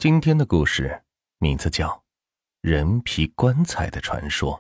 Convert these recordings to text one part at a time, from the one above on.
今天的故事名字叫人皮棺材的传说。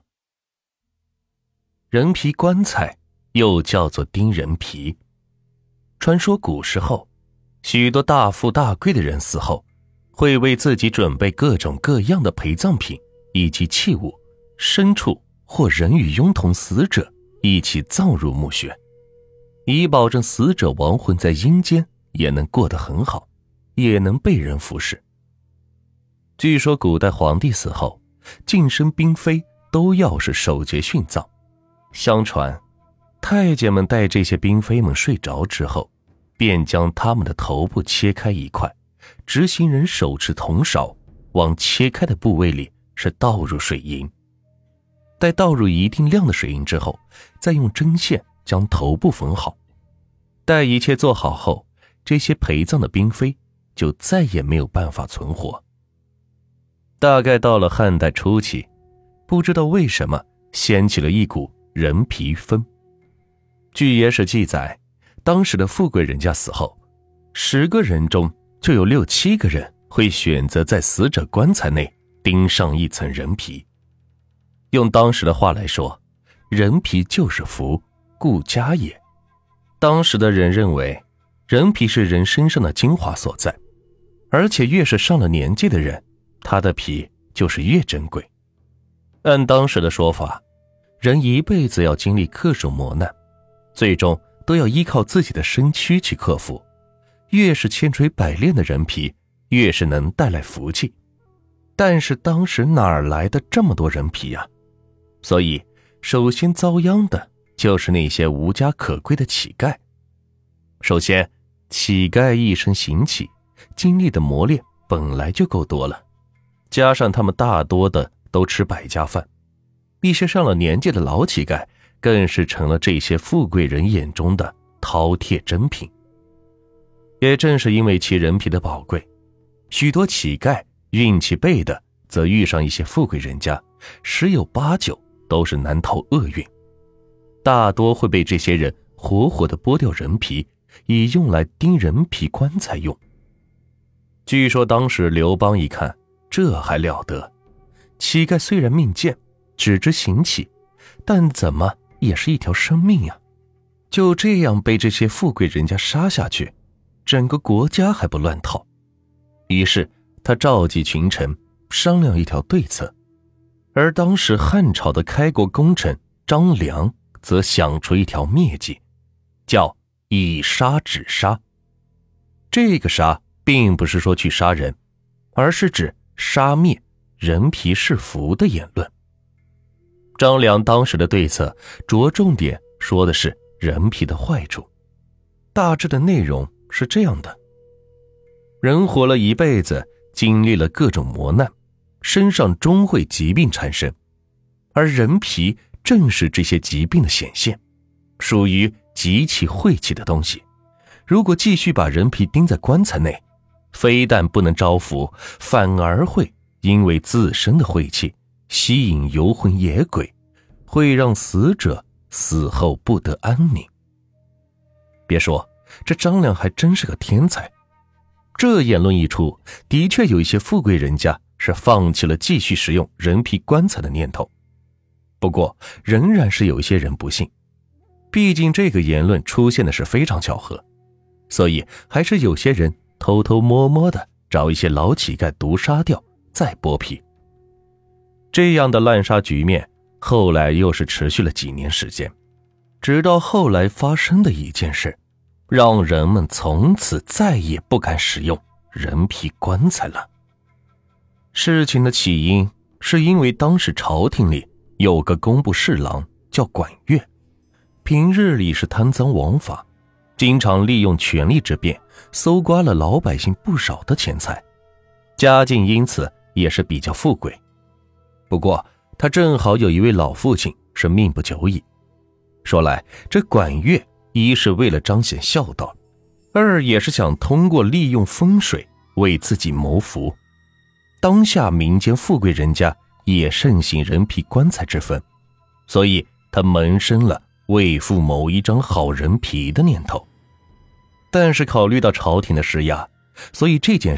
人皮棺材又叫做钉人皮。传说古时候，许多大富大贵的人死后，会为自己准备各种各样的陪葬品以及器物、牲畜或人与拥同死者一起葬入墓穴，以保证死者亡魂在阴间也能过得很好，也能被人服侍。据说古代皇帝死后，近身嫔妃都要是守节殉葬。相传太监们待这些嫔妃们睡着之后，便将他们的头部切开一块，执行人手持铜勺往切开的部位里是倒入水银，待倒入一定量的水银之后，再用针线将头部缝好。待一切做好后，这些陪葬的嫔妃就再也没有办法存活。大概到了汉代初期，不知道为什么掀起了一股人皮风。据野史记载，当时的富贵人家死后，10个人中就有6、7个人会选择在死者棺材内钉上一层人皮。用当时的话来说，人皮就是福，故家也。当时的人认为，人皮是人身上的精华所在，而且越是上了年纪的人，他的皮就是越珍贵。按当时的说法，人一辈子要经历各种磨难，最终都要依靠自己的身躯去克服。越是千锤百炼的人皮，越是能带来福气。但是当时哪儿来的这么多人皮啊？所以首先遭殃的就是那些无家可归的乞丐。首先，乞丐一生行乞，经历的磨练本来就够多了，加上他们大多的都吃百家饭，一些上了年纪的老乞丐更是成了这些富贵人眼中的饕餮珍品。也正是因为其人皮的宝贵，许多乞丐运气背的则遇上一些富贵人家，10有8、9都是难逃厄运，大多会被这些人活活地剥掉人皮，以用来钉人皮棺材用。据说当时刘邦一看，这还了得，乞丐虽然命贱，只知行乞，但怎么也是一条生命呀，就这样被这些富贵人家杀下去，整个国家还不乱套。于是他召集群臣商量一条对策，而当时汉朝的开国功臣张良则想出一条灭计，叫以杀止杀。这个杀并不是说去杀人，而是指杀灭人皮是福的言论。张良当时的对策着重点说的是人皮的坏处，大致的内容是这样的：人活了一辈子，经历了各种磨难，身上终会疾病缠身，而人皮正是这些疾病的显现，属于极其晦气的东西。如果继续把人皮钉在棺材内，非但不能招福，反而会因为自身的晦气吸引游魂野鬼，会让死者死后不得安宁。别说，这张良还真是个天才。这言论一出，的确有一些富贵人家是放弃了继续使用人皮棺材的念头。不过仍然是有一些人不信，毕竟这个言论出现的是非常巧合，所以还是有些人偷偷摸摸的找一些老乞丐毒杀掉，再剥皮。这样的滥杀局面后来又是持续了几年时间，直到后来发生的一件事，让人们从此再也不敢使用人皮棺材了。事情的起因是因为当时朝廷里有个工部侍郎叫管乐，平日里是贪赃枉法，经常利用权力之便搜刮了老百姓不少的钱财，家境因此也是比较富贵。不过他正好有一位老父亲是命不久矣。说来这管乐一是为了彰显孝道，二也是想通过利用风水为自己谋福。当下民间富贵人家也盛行人皮棺材之风，所以他萌生了为父谋一张好人皮的念头。但是考虑到朝廷的施压，所以这件事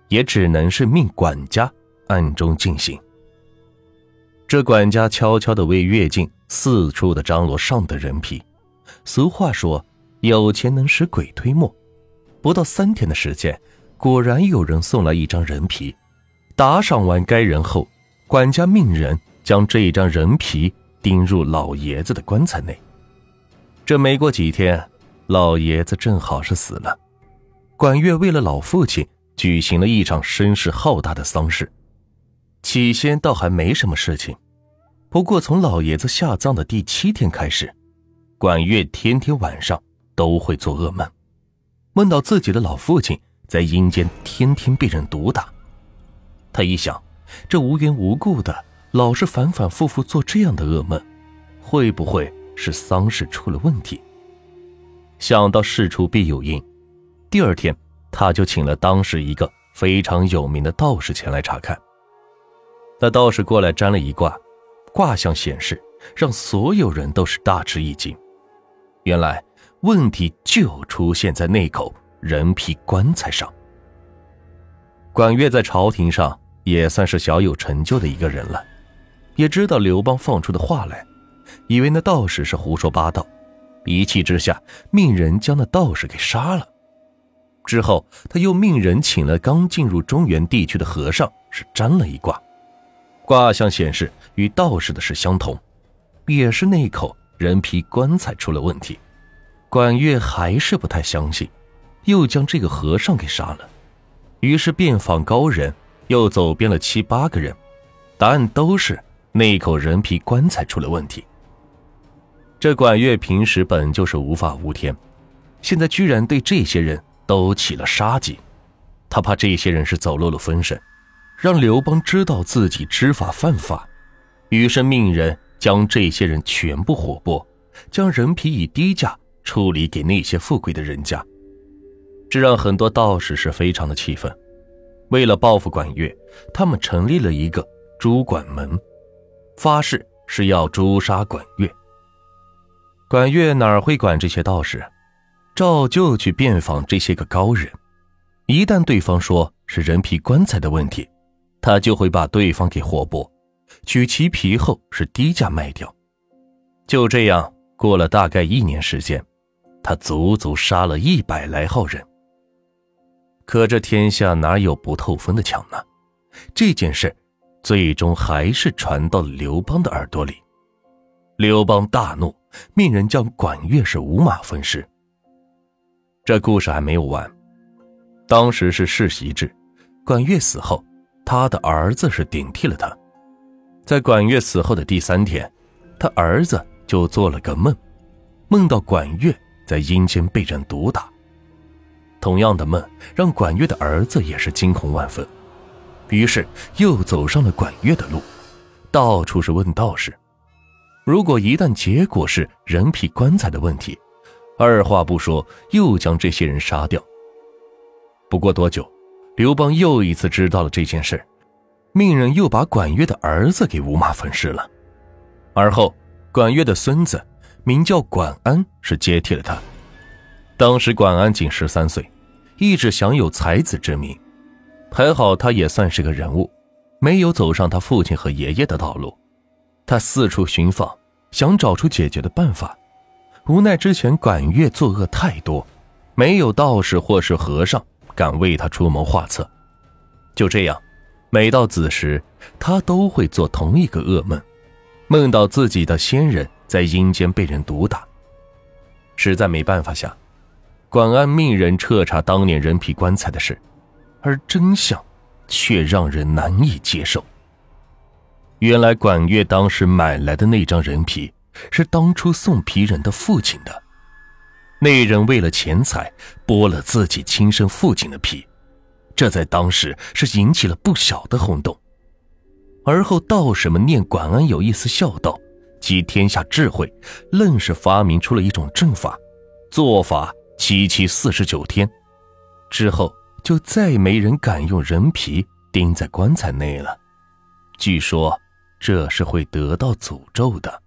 也只能是命管家暗中进行。这管家悄悄地为月境四处的张罗上等人皮。俗话说，有钱能使鬼推磨。不到3天的时间，果然有人送来一张人皮。打赏完该人后，管家命人将这一张人皮钉入老爷子的棺材内。这没过几天，老爷子正好是死了。管月为了老父亲举行了一场声势浩大的丧事。起先倒还没什么事情，不过从老爷子下葬的第7天开始，管月天天晚上都会做噩梦，梦到自己的老父亲在阴间天天被人毒打。他一想，这无缘无故的老是反反复复做这样的噩梦，会不会是丧事出了问题？想到事出必有因，第2天他就请了当时一个非常有名的道士前来查看。那道士过来占了一卦，卦象显示让所有人都是大吃一惊。原来问题就出现在那口人皮棺材上。管月在朝廷上也算是小有成就的一个人了，也知道刘邦放出的话来，以为那道士是胡说八道，一气之下命人将那道士给杀了。之后他又命人请了刚进入中原地区的和尚是占了一卦，卦象显示与道士的是相同，也是那口人皮棺材出了问题。管月还是不太相信，又将这个和尚给杀了。于是遍访高人，又走遍了7、8个人，答案都是那口人皮棺材出了问题。这管月平时本就是无法无天，现在居然对这些人都起了杀机。他怕这些人是走漏了风声，让刘邦知道自己知法犯法，于是命人将这些人全部活剥，将人皮以低价处理给那些富贵的人家。这让很多道士是非常的气愤。为了报复管月，他们成立了一个诛管门，发誓是要诛杀管月。管月哪会管这些道士，照旧去遍访这些个高人。一旦对方说是人皮棺材的问题，他就会把对方给活剥，取其皮后是低价卖掉。就这样过了大概1年时间，他足足杀了100来号人。可这天下哪有不透风的墙呢？这件事最终还是传到了刘邦的耳朵里。刘邦大怒，命人将管月是五马分尸。这故事还没有完。当时是世袭制，管月死后，他的儿子是顶替了他。在管月死后的第3天，他儿子就做了个梦，梦到管月在阴间被人毒打。同样的梦让管月的儿子也是惊恐万分，于是又走上了管月的路，到处是问道士。如果一旦结果是人皮棺材的问题，二话不说又将这些人杀掉。不过多久，刘邦又一次知道了这件事，命人又把管月的儿子给五马分尸了。而后管月的孙子名叫管安是接替了他。当时管安仅13岁，一直享有才子之名，还好他也算是个人物，没有走上他父亲和爷爷的道路。他四处寻访，想找出解决的办法，无奈之前管月作恶太多，没有道士或是和尚敢为他出谋划策。就这样，每到子时，他都会做同一个噩梦，梦到自己的先人在阴间被人毒打。实在没办法下，管安命人彻查当年人皮棺材的事，而真相却让人难以接受。原来管月当时买来的那张人皮是当初送皮人的父亲的，那人为了钱财剥了自己亲生父亲的皮，这在当时是引起了不小的轰动。而后道士们念管安有一丝孝道集天下智慧，愣是发明出了一种阵法，做法7期49天，之后就再没人敢用人皮钉在棺材内了。据说这是会得到诅咒的。